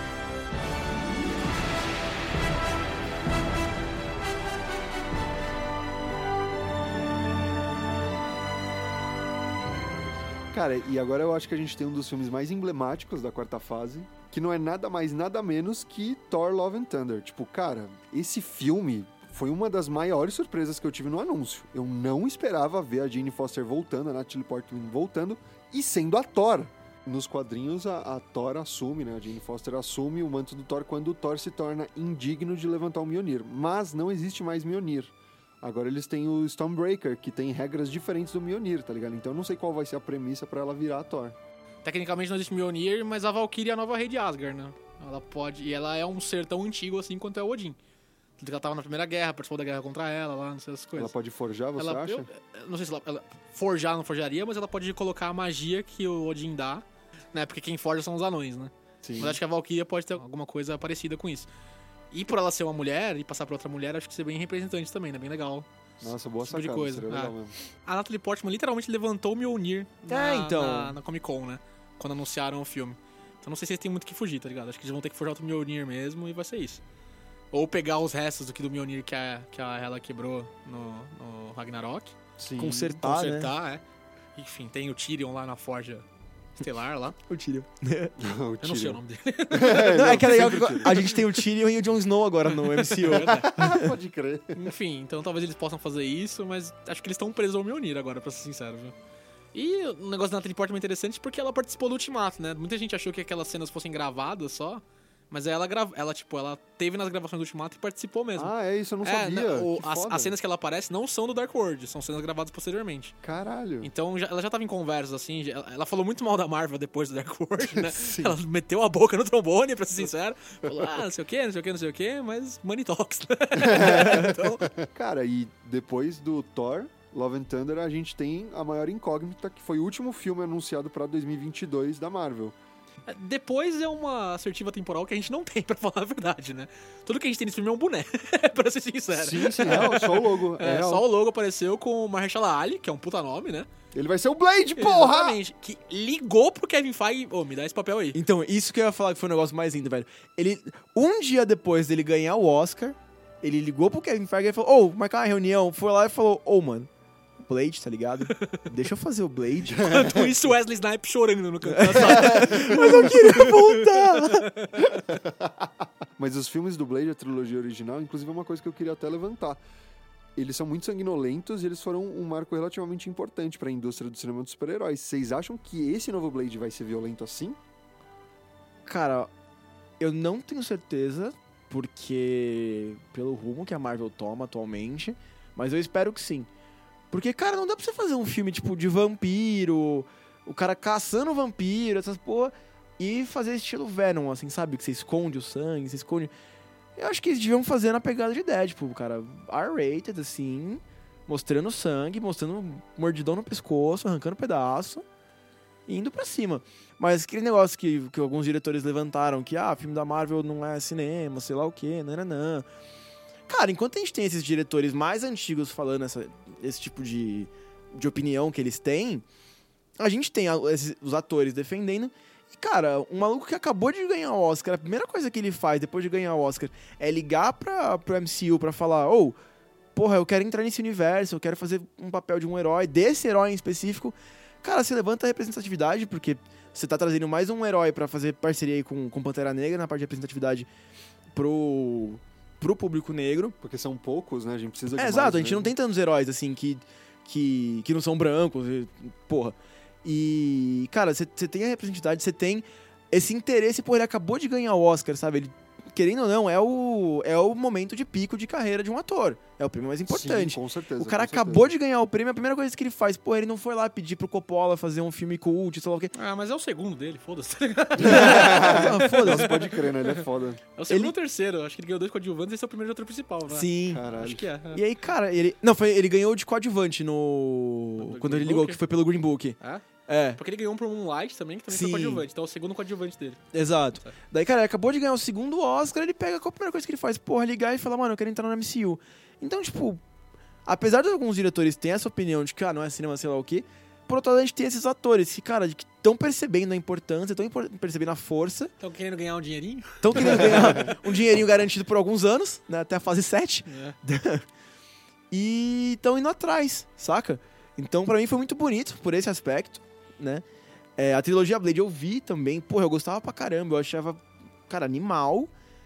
Cara, e agora eu acho que a gente tem um dos filmes mais emblemáticos da quarta fase, que não é nada mais, nada menos que Thor Love and Thunder. Tipo, cara, esse filme foi uma das maiores surpresas que eu tive no anúncio. Eu não esperava ver a Jane Foster voltando, a Natalie Portman voltando e sendo a Thor. Nos quadrinhos, a Thor assume, né? A Jane Foster assume o manto do Thor quando o Thor se torna indigno de levantar o Mjolnir. Mas não existe mais Mjolnir. Agora eles têm o Stormbreaker, que tem regras diferentes do Mjolnir, tá ligado? Então eu não sei qual vai ser a premissa pra ela virar a Thor. Tecnicamente não existe Mjolnir, mas a Valkyrie é a nova rei de Asgard, né? Ela pode... E ela é um ser tão antigo assim quanto é o Odin. Ela tava na Primeira Guerra, participou da guerra contra ela, lá, não sei as coisas. Ela pode forjar, você acha? Eu não sei se ela forjar não forjaria, mas ela pode colocar a magia que o Odin dá, né? Porque quem forja são os anões, né? Sim. Mas acho que a Valkyria pode ter alguma coisa parecida com isso. E por ela ser uma mulher e passar pra outra mulher, acho que ser bem representante também, né? Bem legal. Nossa, boa Esse tipo de sacada, coisa. seria legal mesmo. A Natalie Portman literalmente levantou o Mjolnir na Comic Con, né? Quando anunciaram o filme. Então não sei se eles têm muito o que fugir, tá ligado? Acho que eles vão ter que forjar outro Mjolnir mesmo e vai ser isso. Ou pegar os restos do Mjolnir que a Hela quebrou no Ragnarok. Sim. Consertar, né? É. Enfim, tem o Tyrion lá na Forja Estelar lá. O Tyrion. Eu não sei o nome dele. Não, é que é legal sempre que o Tyrion. a gente tem o Tyrion e o Jon Snow agora no MCU. Pode crer. Enfim, então talvez eles possam fazer isso, mas acho que eles estão presos ao Mjolnir agora, pra ser sincero, viu? E o negócio da Natalie Portman é interessante porque ela participou do Ultimato, né? Muita gente achou que aquelas cenas fossem gravadas só, mas ela teve nas gravações do Ultimato e participou mesmo. Ah, é isso, eu não sabia. Que foda. As cenas que ela aparece não são do Dark World, são cenas gravadas posteriormente. Caralho. Então ela já tava em conversas, assim, ela falou muito mal da Marvel depois do Dark World, né? Sim. Ela meteu a boca no trombone, pra ser sincero. Falou, não sei o que, mas money talks, né? Então, Cara, e depois do Thor, Love and Thunder, a gente tem a maior incógnita, que foi o último filme anunciado pra 2022 da Marvel. depois é uma assertiva temporal que a gente não tem, pra falar a verdade, né? Tudo que a gente tem nesse filme é um boné, pra ser sincero. Sim, real, só o logo. É real. Só o logo apareceu com o Mahershala Ali, que é um puta nome, né? Ele vai ser o Blade, porra! Exatamente. Que ligou pro Kevin Feige, me dá esse papel aí. Então, isso que eu ia falar que foi o negócio mais lindo, velho. Ele, um dia depois dele ganhar o Oscar, ele ligou pro Kevin Feige e falou, marcar uma reunião. Foi lá e falou, Mano, o Blade, tá ligado? Deixa eu fazer o Blade. Enquanto isso, Wesley Snipes chorando no canto da sala. Mas eu queria voltar! Mas os filmes do Blade, a trilogia original, inclusive é uma coisa que eu queria até levantar. Eles são muito sanguinolentos e eles foram um marco relativamente importante pra indústria do cinema dos super-heróis. Vocês acham que esse novo Blade vai ser violento assim? Cara, eu não tenho certeza, porque pelo rumo que a Marvel toma atualmente, mas eu espero que sim. Porque, cara, não dá pra você fazer um filme, tipo, de vampiro, o cara caçando vampiro, essas porra, e fazer estilo Venom, assim, sabe? Que você esconde o sangue, você esconde... Eu acho que eles deviam fazer na pegada de Deadpool, cara. R-rated, assim, mostrando sangue, mostrando mordidão no pescoço, arrancando pedaço, e indo pra cima. Mas aquele negócio que alguns diretores levantaram, que, filme da Marvel não é cinema, sei lá o quê, nananã. Cara, enquanto a gente tem esses diretores mais antigos falando esse tipo de opinião que eles têm, a gente tem os atores defendendo. E, cara, um maluco que acabou de ganhar o Oscar, a primeira coisa que ele faz depois de ganhar o Oscar é ligar pro MCU pra falar, porra, eu quero entrar nesse universo, eu quero fazer um papel de um herói, desse herói em específico. Cara, você levanta a representatividade, porque você tá trazendo mais um herói pra fazer parceria aí com Pantera Negra na parte de representatividade pro pro público negro. Porque são poucos, né? A gente precisa de mais Exato, a gente não mesmo. tem tantos heróis, assim, que não são brancos, porra. E, cara, você tem a representatividade, você tem esse interesse, ele acabou de ganhar o Oscar, sabe? Ele, querendo ou não, é o momento de pico de carreira de um ator. É o prêmio mais importante. Sim, com certeza. O cara com certeza. acabou de ganhar o prêmio, a primeira coisa que ele faz, ele não foi lá pedir pro Coppola fazer um filme cult, sei lá o quê. Ah, mas é o segundo dele, foda-se, tá ligado? Foda-se. Nossa, pode crer, né? Ele é foda. É o segundo ou terceiro, acho que ele ganhou 2 coadjuvantes e esse é o primeiro ator principal, né? Sim. Caralho. Acho que é. E aí, cara, ele ganhou de coadjuvante no... Do Quando Green ele ligou, Book? que foi pelo Green Book. É? É, Porque ele ganhou um pro Moonlight também, que também Sim. foi coadjuvante. Então é o segundo coadjuvante dele. exato. Certo. Daí, cara, ele acabou de ganhar o segundo Oscar, ele pega, qual a primeira coisa que ele faz? Ligar e falar, mano, eu quero entrar no MCU. Então, tipo, apesar de alguns diretores terem essa opinião de que, não é cinema, sei lá o quê, por outro lado, a gente tem esses atores que, cara, que estão percebendo a importância, estão percebendo a força, Estão querendo ganhar um dinheirinho? estão querendo ganhar um dinheirinho garantido por alguns anos, né, até a fase 7, É. e estão indo atrás, saca? Então, pra mim, foi muito bonito por esse aspecto, né? A trilogia Blade eu vi também, eu gostava pra caramba, eu achava, cara, animal.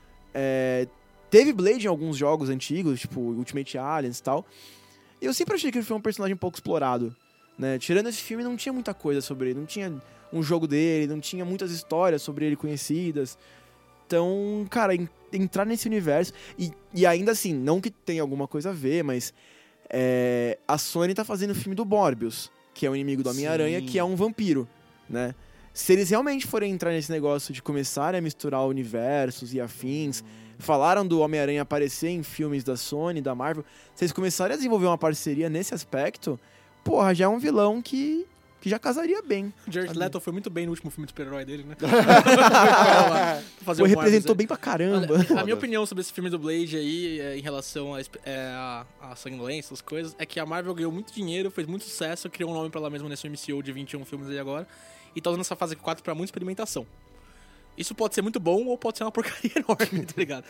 Teve Blade em alguns jogos antigos, tipo Ultimate Aliens e tal, e eu sempre achei que ele foi um personagem um pouco explorado, né? Tirando esse filme, não tinha muita coisa sobre ele, não tinha um jogo dele, não tinha muitas histórias sobre ele conhecidas. Então, cara, entrar nesse universo, e ainda assim, não que tenha alguma coisa a ver, mas a Sony tá fazendo o filme do Morbius, que é o inimigo do Homem-Aranha, Sim. que é um vampiro, né? Se eles realmente forem entrar nesse negócio de começar a misturar universos e afins, falaram do Homem-Aranha aparecer em filmes da Sony, da Marvel, se eles começarem a desenvolver uma parceria nesse aspecto, já é um vilão que já casaria bem. Jared Leto foi muito bem no último filme de super-herói dele, né? Representou bem pra caramba. Olha, a minha opinião sobre esse filme do Blade aí, em relação a sanguinolência, essas coisas, é que a Marvel ganhou muito dinheiro, fez muito sucesso, criou um nome pra ela mesma nesse MCU de 21 filmes aí agora, e tá usando essa fase 4 pra muita experimentação. Isso pode ser muito bom ou pode ser uma porcaria enorme, tá ligado?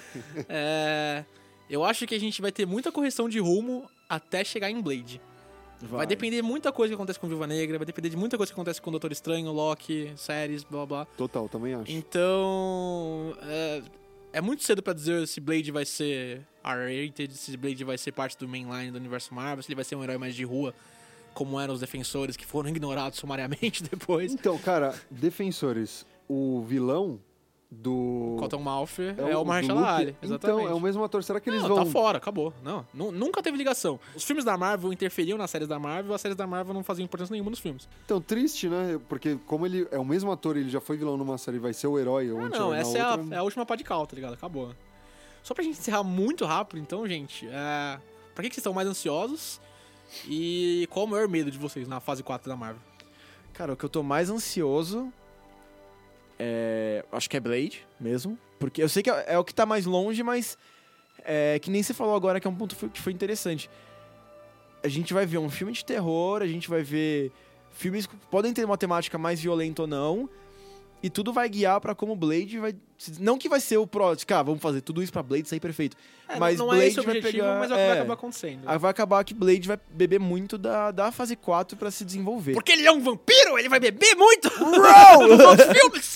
Eu acho que a gente vai ter muita correção de rumo até chegar em Blade. Vai depender de muita coisa que acontece com Viúva Negra, vai depender de muita coisa que acontece com o Doutor Estranho, Loki, séries, blá blá. Total, também acho. Então, é muito cedo pra dizer se Blade vai ser R-rated, se Blade vai ser parte do mainline do universo Marvel, se ele vai ser um herói mais de rua, como eram os Defensores, que foram ignorados sumariamente depois. Então, cara, Defensores, o vilão do... Cottonmouth é do o Mahershala Luke. Ali, exatamente. Então, é o mesmo ator. Será que eles Não, vão... tá fora, acabou. Não, nunca teve ligação. Os filmes da Marvel interferiam nas séries da Marvel, as séries da Marvel não faziam importância nenhuma nos filmes. Então, triste, né? Porque como ele é o mesmo ator, ele já foi vilão numa série, vai ser o herói ou Não, anti-herói essa na outra. é a última pá de cal, tá ligado? Acabou. Só pra gente encerrar muito rápido, então, gente, pra que vocês estão mais ansiosos? E qual o maior medo de vocês na fase 4 da Marvel? Cara, o que eu tô mais ansioso acho que é Blade mesmo. Porque eu sei que é o que tá mais longe, mas que nem você falou agora, que é um ponto que foi interessante. A gente vai ver um filme de terror, a gente vai ver filmes que podem ter uma temática mais violenta ou não, e tudo vai guiar pra como Blade vai... Não que vai ser o próximo, vamos fazer tudo isso pra Blade sair perfeito. Mas não Blade é esse o vai objetivo, pegar... mas é o que vai acabar acontecendo. Aí vai acabar que Blade vai beber muito da fase 4 pra se desenvolver. Porque ele é um vampiro, ele vai beber muito! Bro! Nos outros filmes!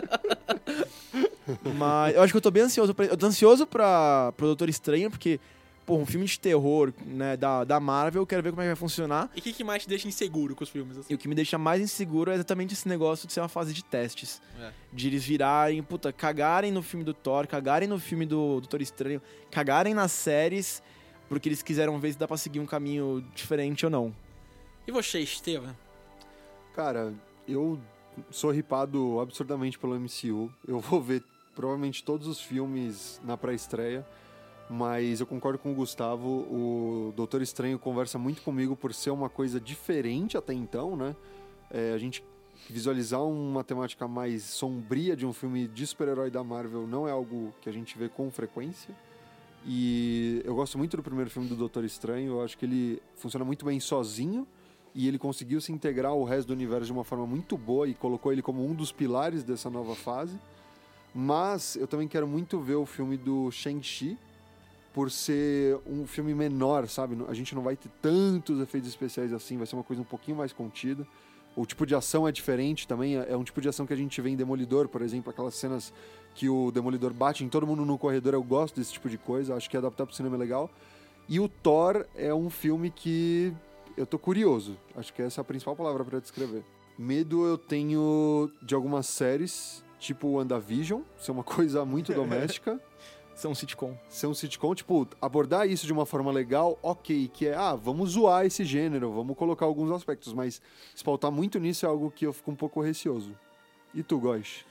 Mas eu acho que eu tô bem ansioso. Eu tô ansioso pro Doutor Estranho, porque, um filme de terror, né, da Marvel, eu quero ver como é que vai funcionar. E o que mais te deixa inseguro com os filmes? Assim? E o que me deixa mais inseguro é exatamente esse negócio de ser uma fase de testes. De eles virarem, cagarem no filme do Thor, cagarem no filme do Doutor Estranho, cagarem nas séries, porque eles quiseram ver se dá pra seguir um caminho diferente ou não. E você, Estevam? Cara, eu sou ripado absurdamente pelo MCU. Eu vou ver provavelmente todos os filmes na pré-estreia, mas eu concordo com o Gustavo, o Doutor Estranho conversa muito comigo por ser uma coisa diferente até então, né? A gente visualizar uma temática mais sombria de um filme de super-herói da Marvel não é algo que a gente vê com frequência. E eu gosto muito do primeiro filme do Doutor Estranho, eu acho que ele funciona muito bem sozinho, e ele conseguiu se integrar ao resto do universo de uma forma muito boa e colocou ele como um dos pilares dessa nova fase. Mas eu também quero muito ver o filme do Shang-Chi, por ser um filme menor, sabe? A gente não vai ter tantos efeitos especiais assim, vai ser uma coisa um pouquinho mais contida. O tipo de ação é diferente também. É um tipo de ação que a gente vê em Demolidor, por exemplo. Aquelas cenas que o Demolidor bate em todo mundo no corredor. Eu gosto desse tipo de coisa. Acho que adaptar pro cinema é legal. E o Thor é um filme que eu tô curioso. Acho que essa é a principal palavra pra descrever. Medo eu tenho de algumas séries, tipo WandaVision, ser uma coisa muito doméstica. Ser um sitcom. Ser um sitcom, tipo, abordar isso de uma forma legal, ok, que é, vamos zoar esse gênero, vamos colocar alguns aspectos, mas se pautar muito nisso é algo que eu fico um pouco receoso. E tu, Góis?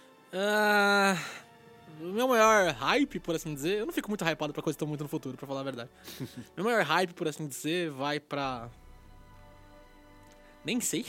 O meu maior hype, por assim dizer, eu não fico muito hypado pra coisa que estão muito no futuro, pra falar a verdade. Meu maior hype, por assim dizer, vai pra... Nem sei.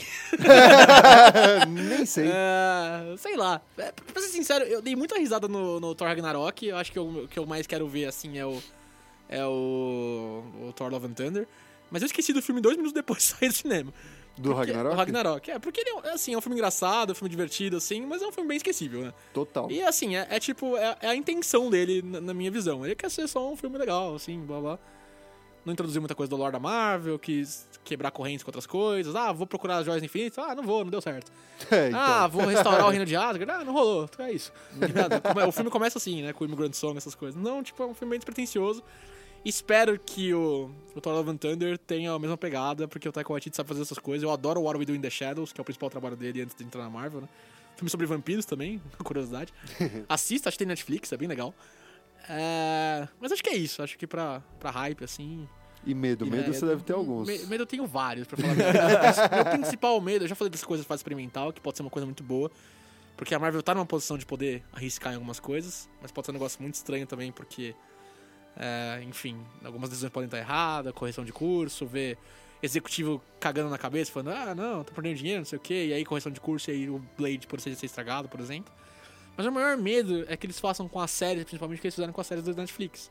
Nem sei. Sei lá. Pra ser sincero, eu dei muita risada no Thor Ragnarok. Eu acho que o que eu mais quero ver, assim, é o Thor Love and Thunder. Mas eu esqueci do filme 2 minutos depois de sair do cinema. Ragnarok? Do Ragnarok. Porque ele é um filme engraçado, um filme divertido, assim, mas é um filme bem esquecível, né? Total. E, assim, é a intenção dele, na minha visão. Ele quer ser só um filme legal, assim, blá blá. Não introduzir muita coisa do lore da Marvel, quis quebrar correntes com outras coisas. Vou procurar as joias infinitas. Não deu certo. Então. Vou restaurar o reino de Asgard. Não rolou. É isso. O filme começa assim, né? Com o Immigrant Song, essas coisas. Não, tipo, é um filme bem despretensioso. Espero que o Thor Love and Thunder tenha a mesma pegada, porque o Taika Waititi sabe fazer essas coisas. Eu adoro What We Do in the Shadows, que é o principal trabalho dele antes de entrar na Marvel, né? Filme sobre vampiros também, curiosidade. Assista, acho que tem Netflix, é bem legal. Mas acho que é isso. Acho que pra hype, assim... E medo você deve ter alguns. Medo eu tenho vários, pra falar a verdade. Meu principal medo, eu já falei dessas coisas de fase experimental, que pode ser uma coisa muito boa. Porque a Marvel tá numa posição de poder arriscar em algumas coisas, mas pode ser um negócio muito estranho também, porque... enfim, algumas decisões podem estar erradas, correção de curso, ver executivo cagando na cabeça, falando, não, tô perdendo dinheiro, não sei o quê, e aí correção de curso, e aí o Blade por ser estragado, por exemplo. Mas o maior medo é que eles façam com as séries, principalmente que eles fizeram com as séries da Netflix.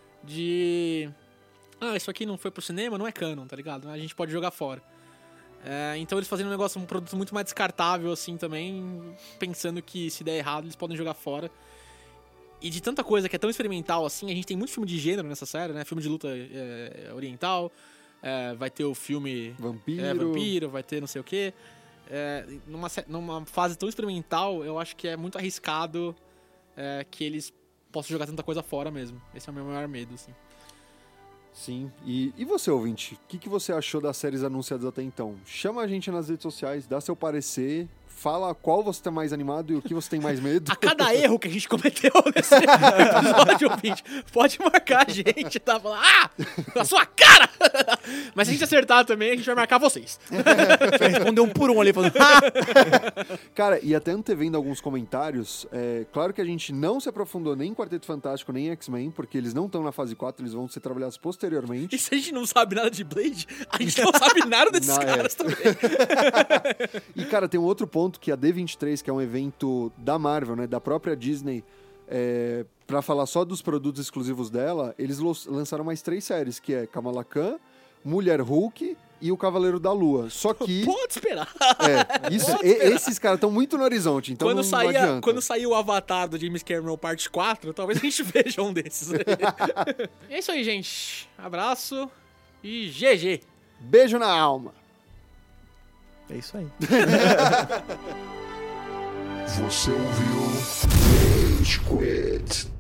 Isso aqui não foi pro cinema, não é canon, tá ligado? A gente pode jogar fora. Então eles fazendo um produto muito mais descartável, assim, também, pensando que se der errado, eles podem jogar fora. E de tanta coisa que é tão experimental, assim, a gente tem muito filme de gênero nessa série, né? Filme de luta oriental, vai ter o filme... Vampiro, vai ter não sei o quê. Numa fase tão experimental, eu acho que é muito arriscado que eles possam jogar tanta coisa fora mesmo. Esse é o meu maior medo, assim. Sim. E você, ouvinte? O que você achou das séries anunciadas até então? Chama a gente nas redes sociais, dá seu parecer, fala qual você tá mais animado e o que você tem mais medo. A cada erro que a gente cometeu nesse episódio, ouvinte, pode marcar a gente, tá? Falar, na sua cara! Mas se a gente acertar também, a gente vai marcar vocês. Vai responder um por um ali, falando, Cara, e até antevendo alguns comentários, claro que a gente não se aprofundou nem em Quarteto Fantástico, nem em X-Men, porque eles não estão na fase 4, eles vão ser trabalhados posteriormente. E se a gente não sabe nada de Blade, a gente não sabe nada desses caras também. E, cara, tem um outro ponto que a D23, que é um evento da Marvel, né, da própria Disney, pra falar só dos produtos exclusivos dela, eles lançaram mais 3 séries, que é Kamala Khan, Mulher Hulk e o Cavaleiro da Lua. Só que... Pode esperar. Esses caras estão muito no horizonte, então não adianta. Quando sair o Avatar do James Cameron parte 4, talvez a gente veja um desses. É isso aí, gente. Abraço e GG. Beijo na alma. é isso aí. Você ouviu Rage Quit.